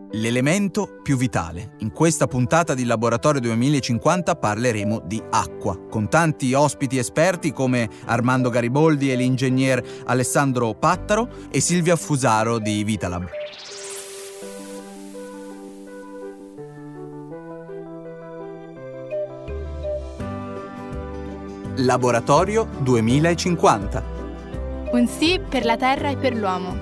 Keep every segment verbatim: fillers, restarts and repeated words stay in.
L'elemento più vitale. In questa puntata di Laboratorio duemilacinquanta parleremo di acqua, con tanti ospiti esperti come Armando Gariboldi e l'ingegner Alessandro Pattaro e Silvia Fusaro di Vitalab. Laboratorio duemilacinquanta. Un sì per la Terra e per l'uomo.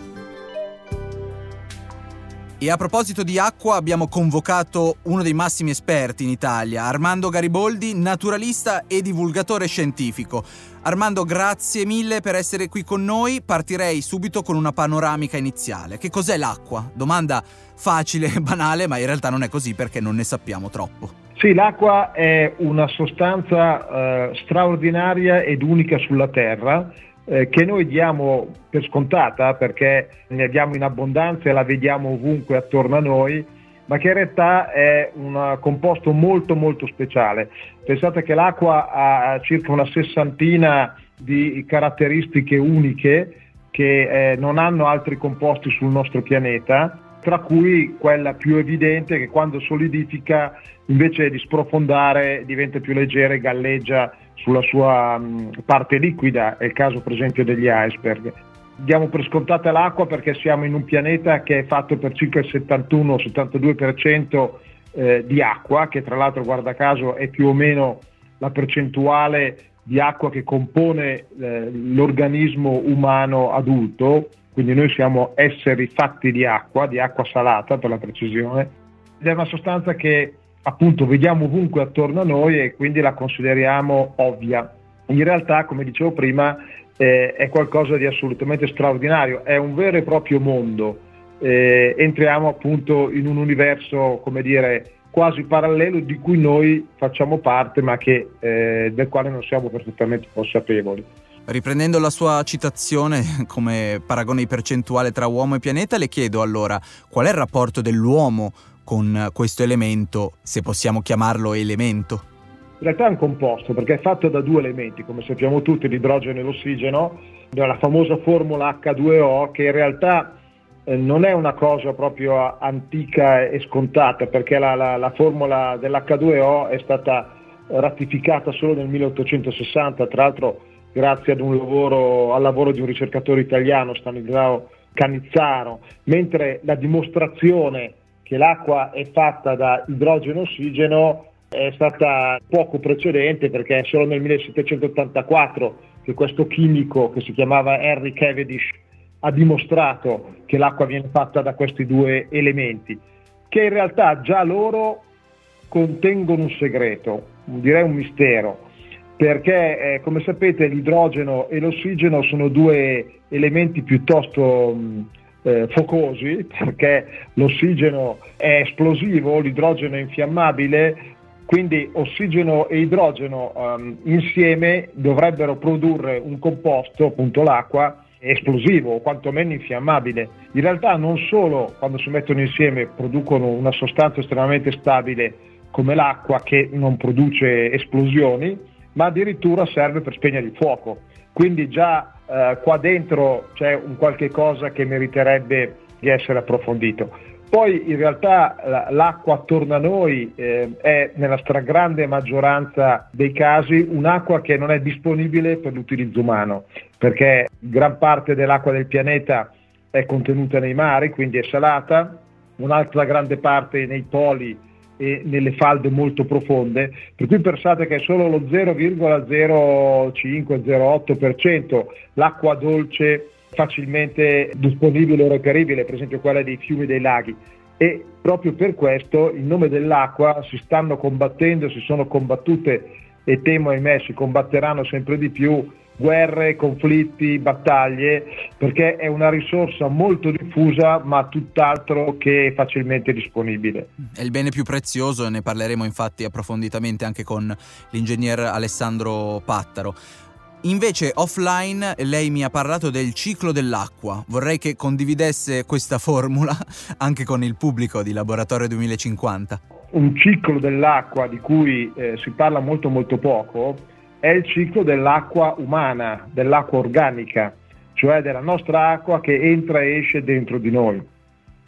E a proposito di acqua abbiamo convocato uno dei massimi esperti in Italia, Armando Gariboldi, naturalista e divulgatore scientifico. Armando, grazie mille per essere qui con noi. Partirei subito con una panoramica iniziale. Che cos'è l'acqua? Domanda facile e banale, ma in realtà non è così perché non ne sappiamo troppo. Sì, l'acqua è una sostanza eh, straordinaria ed unica sulla Terra, eh, che noi diamo per scontata perché ne abbiamo in abbondanza e la vediamo ovunque attorno a noi, ma che in realtà è un composto molto molto speciale. Pensate che l'acqua ha circa una sessantina di caratteristiche uniche che eh, non hanno altri composti sul nostro pianeta, tra cui quella più evidente che quando solidifica invece di sprofondare diventa più leggera e galleggia sulla sua mh, parte liquida, è il caso per esempio degli iceberg. Diamo per scontata l'acqua perché siamo in un pianeta che è fatto per circa il settantuno settantadue per cento eh, di acqua, che tra l'altro guarda caso è più o meno la percentuale di acqua che compone eh, l'organismo umano adulto, quindi noi siamo esseri fatti di acqua, di acqua salata per la precisione, ed è una sostanza che appunto vediamo ovunque attorno a noi e quindi la consideriamo ovvia. In realtà, come dicevo prima, eh, è qualcosa di assolutamente straordinario, è un vero e proprio mondo. Eh, entriamo appunto in un universo, come dire, quasi parallelo di cui noi facciamo parte, ma che, eh, del quale non siamo perfettamente consapevoli. Riprendendo la sua citazione come paragone di percentuale tra uomo e pianeta, le chiedo allora qual è il rapporto dell'uomo con questo elemento, se possiamo chiamarlo elemento? In realtà è un composto perché è fatto da due elementi, come sappiamo tutti, l'idrogeno e l'ossigeno, la famosa formula acca due o, che in realtà eh, non è una cosa proprio antica e scontata, perché la, la, la formula dell'acca due o è stata ratificata solo nel milleottocentosessanta, tra l'altro grazie ad un lavoro, al lavoro di un ricercatore italiano, Stanislao Cannizzaro, mentre la dimostrazione che l'acqua è fatta da idrogeno e ossigeno è stata poco precedente, perché è solo nel millesettecentottantaquattro che questo chimico, che si chiamava Henry Cavendish, ha dimostrato che l'acqua viene fatta da questi due elementi, che in realtà già loro contengono un segreto, direi un mistero, perché eh, come sapete l'idrogeno e l'ossigeno sono due elementi piuttosto mh, eh, focosi, perché l'ossigeno è esplosivo, l'idrogeno è infiammabile, quindi ossigeno e idrogeno um, insieme dovrebbero produrre un composto, appunto l'acqua, esplosivo o quantomeno infiammabile. In realtà non solo quando si mettono insieme producono una sostanza estremamente stabile come l'acqua che non produce esplosioni, ma addirittura serve per spegnere il fuoco. Quindi già eh, qua dentro c'è un qualche cosa che meriterebbe di essere approfondito. Poi in realtà l'acqua attorno a noi eh, è nella stragrande maggioranza dei casi un'acqua che non è disponibile per l'utilizzo umano, perché gran parte dell'acqua del pianeta è contenuta nei mari, quindi è salata, un'altra grande parte nei poli e nelle falde molto profonde, per cui pensate che è solo lo zero virgola zero cinque zero otto per cento l'acqua dolce facilmente disponibile o reperibile, per esempio quella dei fiumi e dei laghi, e proprio per questo in nome dell'acqua si stanno combattendo, si sono combattute e temo ahimè si combatteranno sempre di più guerre, conflitti, battaglie, perché è una risorsa molto diffusa ma tutt'altro che facilmente disponibile. È il bene più prezioso e ne parleremo infatti approfonditamente anche con l'ingegner Alessandro Pattaro. Invece offline lei mi ha parlato del ciclo dell'acqua, vorrei che condividesse questa formula anche con il pubblico di Laboratorio duemilacinquanta. Un ciclo dell'acqua di cui eh, si parla molto molto poco è il ciclo dell'acqua umana, dell'acqua organica, cioè della nostra acqua che entra e esce dentro di noi.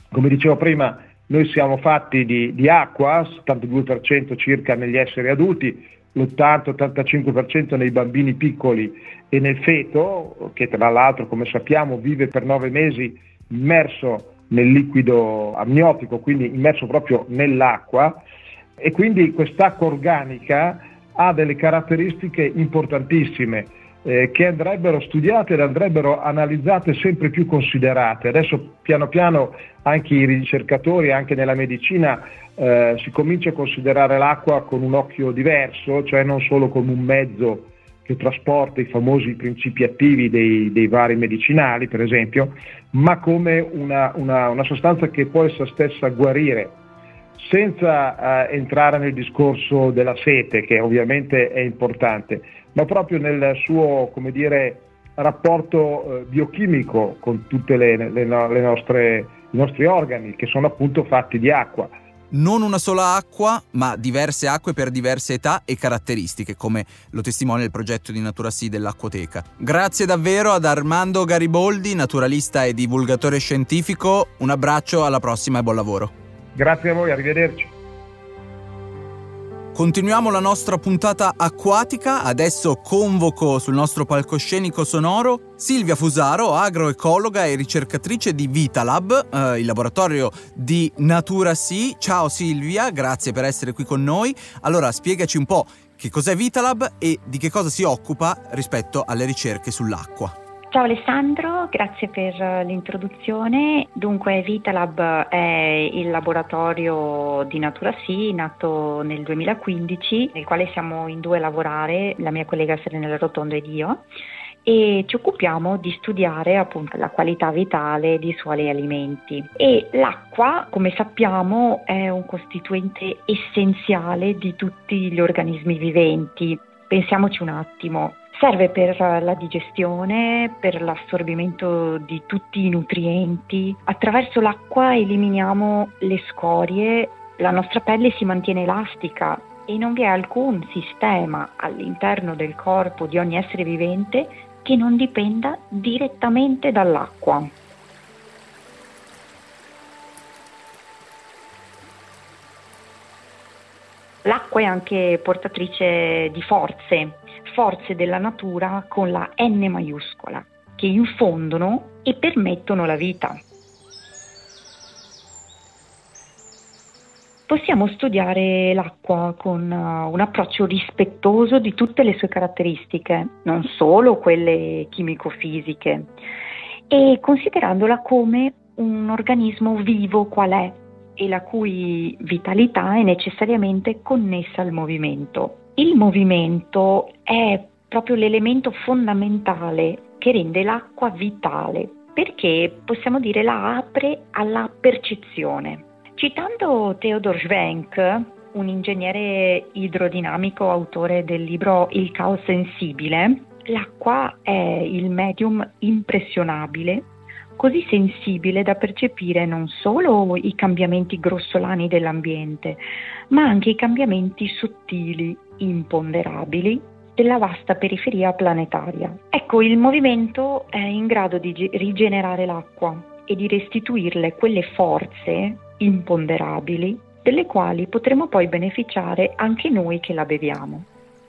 Come dicevo prima, noi siamo fatti di, di acqua, settantadue per cento circa negli esseri adulti, l'ottanta ottantacinque per cento nei bambini piccoli e nel feto, che tra l'altro, come sappiamo, vive per nove mesi immerso nel liquido amniotico, quindi immerso proprio nell'acqua, e quindi quest'acqua organica ha delle caratteristiche importantissime eh, che andrebbero studiate ed andrebbero analizzate, sempre più considerate. Adesso piano piano anche i ricercatori, anche nella medicina, eh, si comincia a considerare l'acqua con un occhio diverso, cioè non solo come un mezzo che trasporta i famosi principi attivi dei, dei vari medicinali, per esempio, ma come una, una, una sostanza che può essa stessa guarire, senza eh, entrare nel discorso della sete, che ovviamente è importante, ma proprio nel suo, come dire, rapporto eh, biochimico con tutte le, le, le nostre, i nostri organi, che sono appunto fatti di acqua. Non una sola acqua, ma diverse acque per diverse età e caratteristiche, come lo testimonia il progetto di Naturasì dell'Acquoteca. Grazie davvero ad Armando Gariboldi, naturalista e divulgatore scientifico. Un abbraccio, alla prossima e buon lavoro. Grazie a voi, arrivederci. Continuiamo la nostra puntata acquatica. Adesso convoco sul nostro palcoscenico sonoro Silvia Fusaro, agroecologa e ricercatrice di Vitalab, eh, il laboratorio di Naturasì. Ciao Silvia, grazie per essere qui con noi. Allora, spiegaci un po' che cos'è Vitalab e di che cosa si occupa rispetto alle ricerche sull'acqua. Ciao Alessandro, grazie per l'introduzione. Dunque Vitalab è il laboratorio di Naturasì, nato nel duemilaquindici, nel quale siamo in due a lavorare, la mia collega Serena Rotondo ed io, e ci occupiamo di studiare appunto la qualità vitale di suoli e alimenti. E l'acqua, come sappiamo, è un costituente essenziale di tutti gli organismi viventi. Pensiamoci un attimo. Serve per la digestione, per l'assorbimento di tutti i nutrienti. Attraverso l'acqua eliminiamo le scorie, la nostra pelle si mantiene elastica e non vi è alcun sistema all'interno del corpo di ogni essere vivente che non dipenda direttamente dall'acqua. L'acqua è anche portatrice di forze. forze della natura con la N maiuscola, che infondono e permettono la vita. Possiamo studiare l'acqua con un approccio rispettoso di tutte le sue caratteristiche, non solo quelle chimico-fisiche, e considerandola come un organismo vivo qual è e la cui vitalità è necessariamente connessa al movimento. Il movimento è proprio l'elemento fondamentale che rende l'acqua vitale, perché possiamo dire la apre alla percezione. Citando Theodor Schwenk, un ingegnere idrodinamico autore del libro Il caos sensibile, l'acqua è il medium impressionabile, così sensibile da percepire non solo i cambiamenti grossolani dell'ambiente, ma anche i cambiamenti sottili, imponderabili della vasta periferia planetaria. Ecco, il movimento è in grado di rigenerare l'acqua e di restituirle quelle forze imponderabili delle quali potremo poi beneficiare anche noi che la beviamo.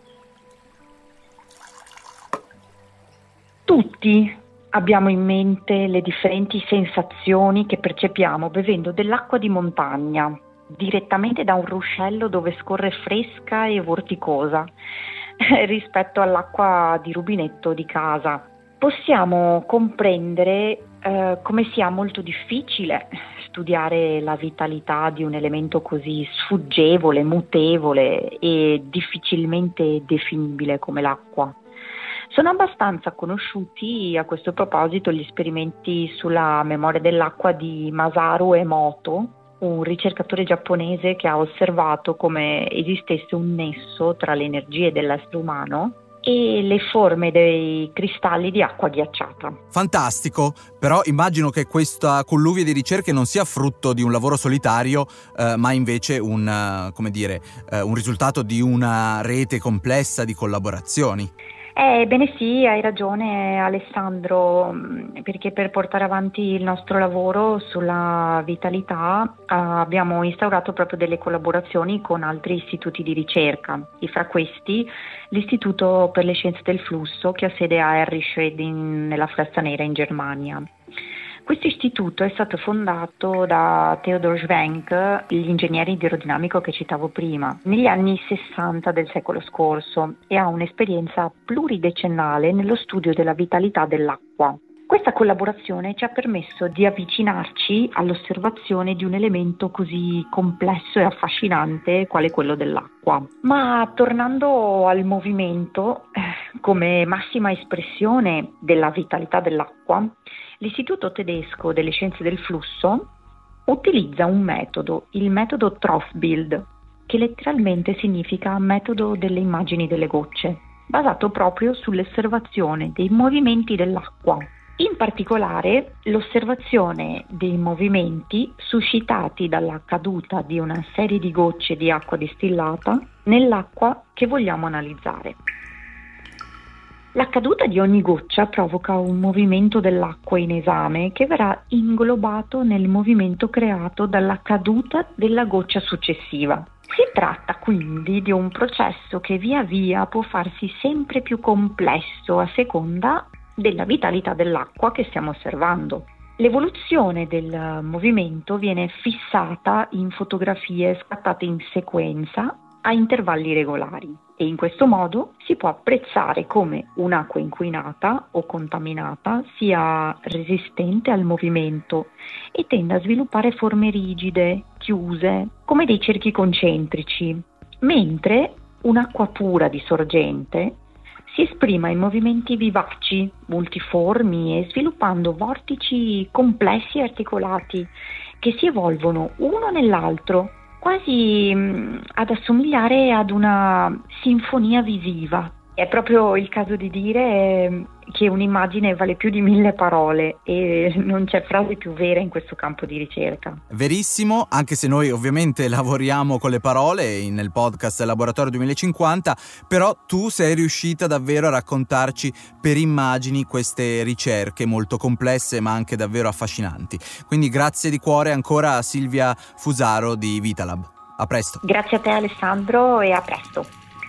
Tutti abbiamo in mente le differenti sensazioni che percepiamo bevendo dell'acqua di montagna, direttamente da un ruscello dove scorre fresca e vorticosa, rispetto all'acqua di rubinetto di casa. Possiamo comprendere eh, come sia molto difficile studiare la vitalità di un elemento così sfuggevole, mutevole e difficilmente definibile come l'acqua. Sono abbastanza conosciuti a questo proposito gli esperimenti sulla memoria dell'acqua di Masaru Emoto, un ricercatore giapponese che ha osservato come esistesse un nesso tra le energie dell'essere umano e le forme dei cristalli di acqua ghiacciata. Fantastico, però immagino che questa colluvia di ricerche non sia frutto di un lavoro solitario, eh, ma invece un, uh, come dire, uh, un risultato di una rete complessa di collaborazioni. Ebbene sì, hai ragione Alessandro, perché per portare avanti il nostro lavoro sulla vitalità eh, abbiamo instaurato proprio delle collaborazioni con altri istituti di ricerca, e fra questi l'Istituto per le Scienze del Flusso, che ha sede a Herrisched in, nella Foresta Nera in Germania. Questo istituto è stato fondato da Theodor Schwenk, gli ingegneri di aerodinamico che citavo prima, negli anni sessanta del secolo scorso, e ha un'esperienza pluridecennale nello studio della vitalità dell'acqua. Questa collaborazione ci ha permesso di avvicinarci all'osservazione di un elemento così complesso e affascinante quale quello dell'acqua. Ma tornando al movimento, eh, come massima espressione della vitalità dell'acqua, l'Istituto tedesco delle scienze del flusso utilizza un metodo, il metodo Tropfbild, che letteralmente significa metodo delle immagini delle gocce, basato proprio sull'osservazione dei movimenti dell'acqua. In particolare, l'osservazione dei movimenti suscitati dalla caduta di una serie di gocce di acqua distillata nell'acqua che vogliamo analizzare. La caduta di ogni goccia provoca un movimento dell'acqua in esame che verrà inglobato nel movimento creato dalla caduta della goccia successiva. Si tratta quindi di un processo che via via può farsi sempre più complesso a seconda della vitalità dell'acqua che stiamo osservando. L'evoluzione del movimento viene fissata in fotografie scattate in sequenza a intervalli regolari e in questo modo si può apprezzare come un'acqua inquinata o contaminata sia resistente al movimento e tenda a sviluppare forme rigide, chiuse, come dei cerchi concentrici, mentre un'acqua pura di sorgente si esprima in movimenti vivaci, multiformi e sviluppando vortici complessi e articolati che si evolvono uno nell'altro, quasi mh, ad assomigliare ad una sinfonia visiva. È proprio il caso di dire eh, che un'immagine vale più di mille parole e non c'è frase più vera in questo campo di ricerca. Verissimo, anche se noi ovviamente lavoriamo con le parole nel podcast Laboratorio duemilacinquanta, però tu sei riuscita davvero a raccontarci per immagini queste ricerche molto complesse ma anche davvero affascinanti. Quindi grazie di cuore ancora a Silvia Fusaro di Vitalab. A presto. Grazie a te Alessandro e a presto.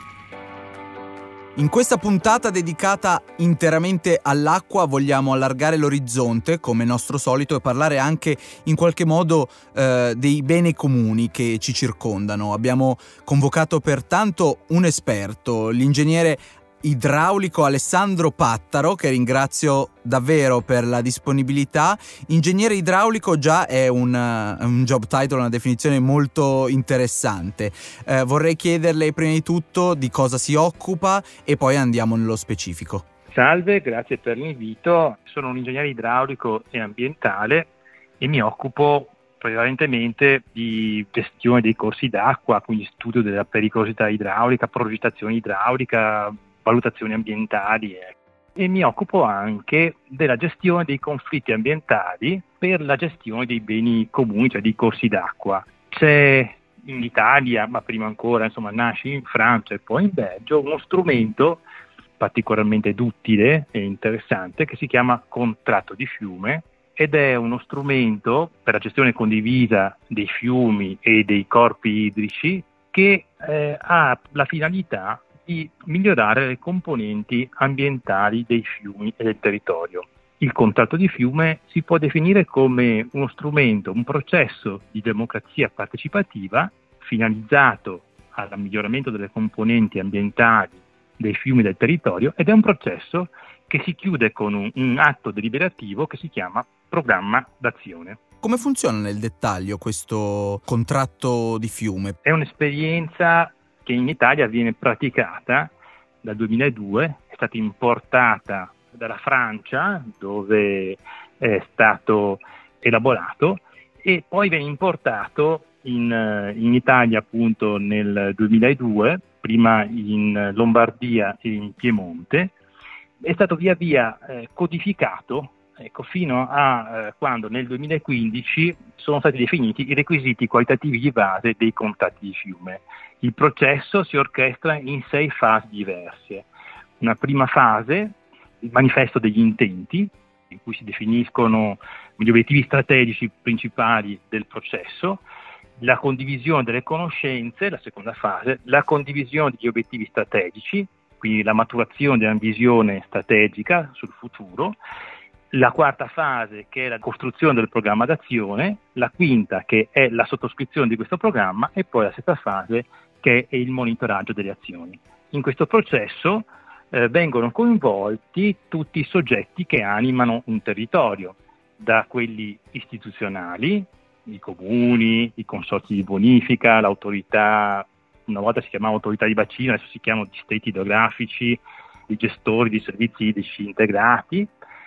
In questa puntata dedicata interamente all'acqua vogliamo allargare l'orizzonte, come nostro solito, e parlare anche in qualche modo eh, dei beni comuni che ci circondano. Abbiamo convocato pertanto un esperto, l'ingegnere idraulico Alessandro Pattaro, che ringrazio davvero per la disponibilità. Ingegnere idraulico già è un, un job title, una definizione molto interessante. Eh, vorrei chiederle prima di tutto di cosa si occupa e poi andiamo nello specifico. Salve, grazie per l'invito. Sono un ingegnere idraulico e ambientale e mi occupo prevalentemente di gestione dei corsi d'acqua, quindi studio della pericolosità idraulica, progettazione idraulica, valutazioni ambientali e mi occupo anche della gestione dei conflitti ambientali per la gestione dei beni comuni, cioè dei corsi d'acqua. C'è in Italia, ma prima ancora insomma nasce in Francia e poi in Belgio, uno strumento particolarmente duttile e interessante che si chiama contratto di fiume ed è uno strumento per la gestione condivisa dei fiumi e dei corpi idrici che eh, ha la finalità di migliorare le componenti ambientali dei fiumi e del territorio. Il contratto di fiume si può definire come uno strumento, un processo di democrazia partecipativa finalizzato al miglioramento delle componenti ambientali dei fiumi e del territorio ed è un processo che si chiude con un, un atto deliberativo che si chiama programma d'azione. Come funziona nel dettaglio questo contratto di fiume? È un'esperienza che in Italia viene praticata dal duemiladue, è stata importata dalla Francia dove è stato elaborato e poi viene importato in, in Italia appunto nel duemiladue, prima in Lombardia e in Piemonte, è stato via via eh, codificato ecco, fino a eh, quando nel duemilaquindici sono stati definiti i requisiti qualitativi di base dei contratti di fiume. Il processo si orchestra in sei fasi diverse. una prima fase, il manifesto degli intenti, in cui si definiscono gli obiettivi strategici principali del processo, la condivisione delle conoscenze, la seconda fase, la condivisione degli obiettivi strategici, quindi la maturazione di una visione strategica sul futuro, la quarta fase che è la costruzione del programma d'azione, la quinta che è la sottoscrizione di questo programma e poi la sesta fase che è il monitoraggio delle azioni. In questo processo eh, vengono coinvolti tutti i soggetti che animano un territorio, da quelli istituzionali, i comuni, i consorzi di bonifica, l'autorità, una volta si chiamava autorità di bacino, adesso si chiamano distretti idrografici, i gestori di servizi idrici integrati,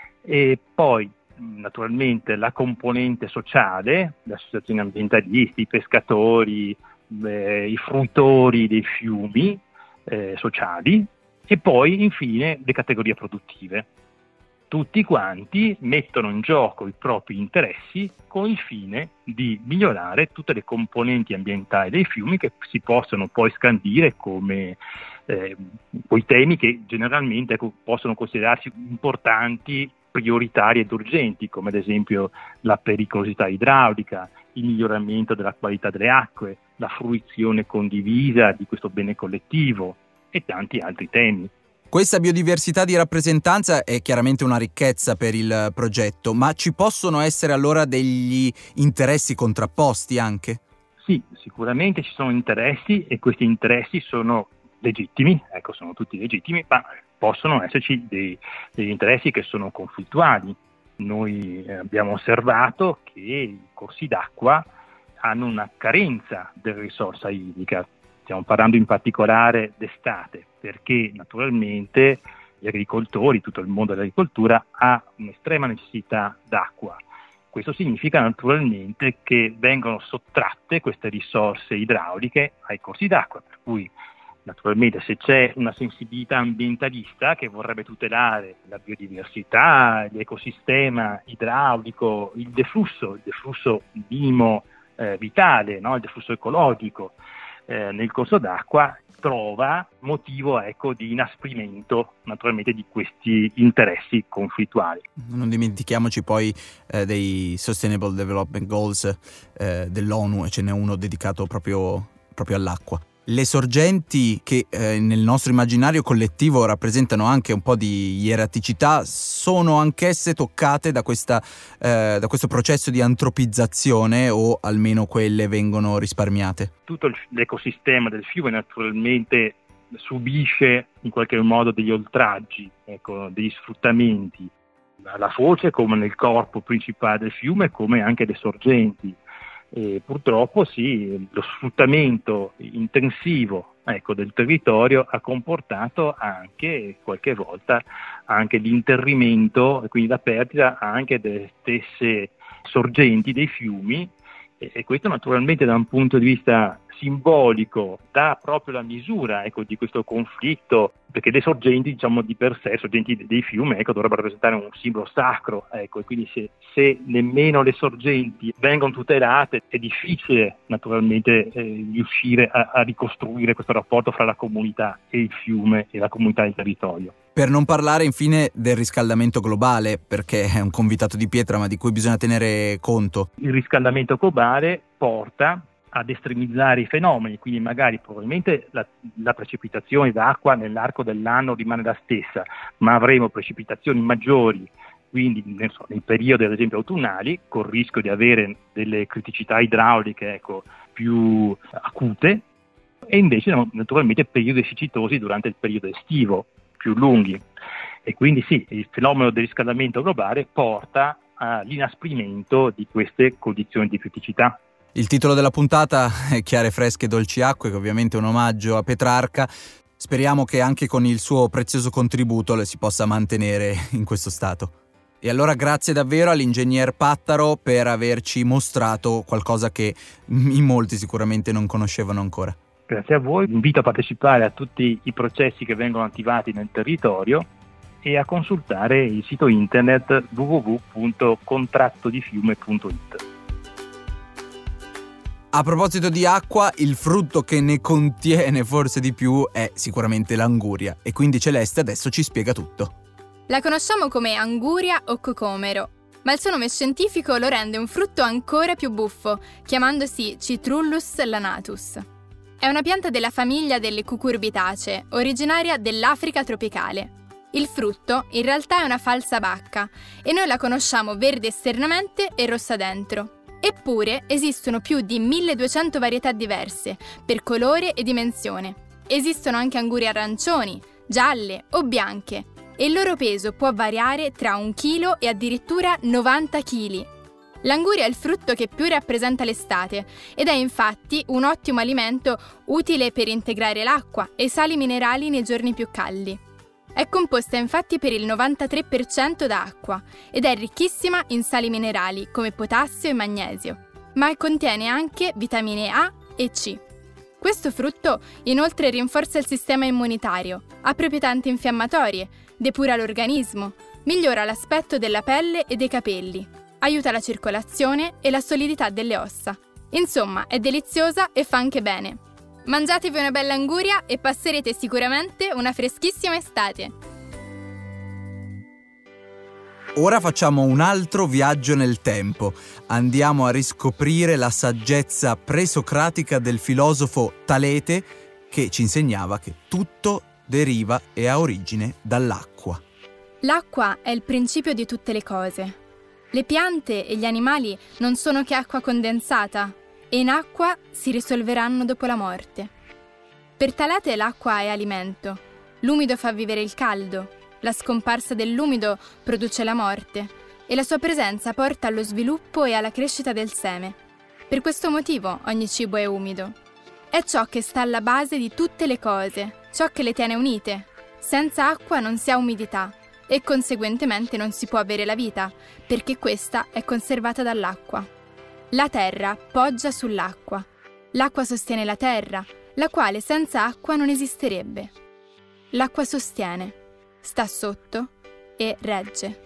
e poi naturalmente la componente sociale, le associazioni ambientalisti, i pescatori, eh, i fruitori dei fiumi eh, sociali, e poi infine le categorie produttive. Tutti quanti mettono in gioco i propri interessi con il fine di migliorare tutte le componenti ambientali dei fiumi che si possono poi scandire come eh, quei temi che generalmente ecco, possono considerarsi importanti, prioritari ed urgenti, come ad esempio la pericolosità idraulica, il miglioramento della qualità delle acque, la fruizione condivisa di questo bene collettivo e tanti altri temi. Questa biodiversità di rappresentanza è chiaramente una ricchezza per il progetto, ma ci possono essere allora degli interessi contrapposti anche? Sì, sicuramente ci sono interessi e questi interessi sono legittimi, ecco, sono tutti legittimi, ma possono esserci dei, degli interessi che sono conflittuali. Noi abbiamo osservato che i corsi d'acqua hanno una carenza della risorsa idrica. Stiamo parlando in particolare d'estate, perché naturalmente gli agricoltori, tutto il mondo dell'agricoltura ha un'estrema necessità d'acqua. Questo significa naturalmente che vengono sottratte queste risorse idrauliche ai corsi d'acqua, per cui naturalmente se c'è una sensibilità ambientalista che vorrebbe tutelare la biodiversità, l'ecosistema idraulico, il deflusso, il deflusso minimo eh, vitale, no? Il deflusso ecologico, Eh, nel corso d'acqua trova motivo ecco, di inasprimento naturalmente di questi interessi conflittuali. Non dimentichiamoci poi eh, dei Sustainable Development Goals eh, dell'ONU, e ce n'è uno dedicato proprio, proprio all'acqua. Le sorgenti che eh, nel nostro immaginario collettivo rappresentano anche un po' di ieraticità sono anch'esse toccate da, questa, eh, da questo processo di antropizzazione, o almeno quelle vengono risparmiate? Tutto l'ecosistema del fiume naturalmente subisce in qualche modo degli oltraggi, ecco, degli sfruttamenti, alla foce come nel corpo principale del fiume, come anche le sorgenti. E purtroppo sì, lo sfruttamento intensivo ecco, del territorio ha comportato anche qualche volta anche l'interrimento e quindi la perdita anche delle stesse sorgenti dei fiumi, e, e questo naturalmente da un punto di vista simbolico dà proprio la misura ecco, di questo conflitto, perché le sorgenti diciamo di per sé, sorgenti dei fiumi ecco, dovrebbero rappresentare un simbolo sacro ecco, e quindi se, se nemmeno le sorgenti vengono tutelate è difficile naturalmente eh, riuscire a, a ricostruire questo rapporto fra la comunità e il fiume e la comunità del territorio. Per non parlare infine del riscaldamento globale, perché è un convitato di pietra ma di cui bisogna tenere conto. Il riscaldamento globale porta ad estremizzare i fenomeni, quindi magari probabilmente la, la precipitazione d'acqua nell'arco dell'anno rimane la stessa, ma avremo precipitazioni maggiori, quindi nel, nei periodi ad esempio autunnali, con il rischio di avere delle criticità idrauliche ecco, più acute, e invece no, naturalmente periodi siccitosi durante il periodo estivo, più lunghi. E quindi sì, il fenomeno del riscaldamento globale porta all'inasprimento di queste condizioni di criticità. Il titolo della puntata è Chiare, fresche, dolci acque, che ovviamente è un omaggio a Petrarca. Speriamo che anche con il suo prezioso contributo le si possa mantenere in questo stato. E allora grazie davvero all'ingegner Pattaro per averci mostrato qualcosa che in molti sicuramente non conoscevano ancora. Grazie a voi, vi invito a partecipare a tutti i processi che vengono attivati nel territorio e a consultare il sito internet w w w punto contrattodifiume punto i t. A proposito di acqua, il frutto che ne contiene forse di più è sicuramente l'anguria, e quindi Celeste adesso ci spiega tutto. La conosciamo come anguria o cocomero, ma il suo nome scientifico lo rende un frutto ancora più buffo, chiamandosi Citrullus lanatus. È una pianta della famiglia delle cucurbitacee, originaria dell'Africa tropicale. Il frutto in realtà è una falsa bacca e noi la conosciamo verde esternamente e rossa dentro. Eppure esistono più di milleduecento varietà diverse per colore e dimensione. Esistono anche angurie arancioni, gialle o bianche e il loro peso può variare tra un chilo e addirittura novanta chili. L'anguria è il frutto che più rappresenta l'estate ed è infatti un ottimo alimento utile per integrare l'acqua e i sali minerali nei giorni più caldi. È composta infatti per il novantatré per cento da acqua ed è ricchissima in sali minerali come potassio e magnesio, ma contiene anche vitamine A e C. Questo frutto inoltre rinforza il sistema immunitario, ha proprietà antinfiammatorie, depura l'organismo, migliora l'aspetto della pelle e dei capelli, aiuta la circolazione e la solidità delle ossa. Insomma, è deliziosa e fa anche bene. Mangiatevi una bella anguria e passerete sicuramente una freschissima estate. Ora facciamo un altro viaggio nel tempo. Andiamo a riscoprire la saggezza presocratica del filosofo Talete, che ci insegnava che tutto deriva e ha origine dall'acqua. L'acqua è il principio di tutte le cose. Le piante e gli animali non sono che acqua condensata e in acqua si risolveranno dopo la morte. Per Talete l'acqua è alimento, l'umido fa vivere il caldo, la scomparsa dell'umido produce la morte e la sua presenza porta allo sviluppo e alla crescita del seme. Per questo motivo ogni cibo è umido. È ciò che sta alla base di tutte le cose, ciò che le tiene unite. Senza acqua non si ha umidità e conseguentemente non si può avere la vita, perché questa è conservata dall'acqua. La terra poggia sull'acqua. L'acqua sostiene la terra, la quale senza acqua non esisterebbe. L'acqua sostiene, sta sotto e regge.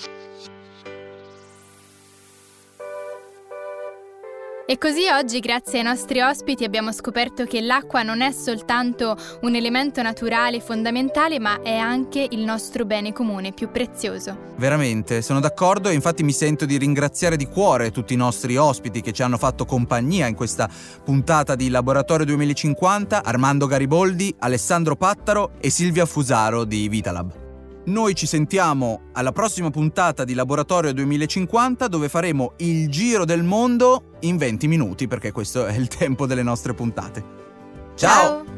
E così oggi, grazie ai nostri ospiti, abbiamo scoperto che l'acqua non è soltanto un elemento naturale fondamentale, ma è anche il nostro bene comune più prezioso. Veramente, sono d'accordo e infatti mi sento di ringraziare di cuore tutti i nostri ospiti che ci hanno fatto compagnia in questa puntata di Laboratorio duemilacinquanta, Armando Gariboldi, Alessandro Pattaro e Silvia Fusaro di Vitalab. Noi ci sentiamo alla prossima puntata di Laboratorio duemilacinquanta, dove faremo il giro del mondo in venti minuti, perché questo è il tempo delle nostre puntate. Ciao! Ciao.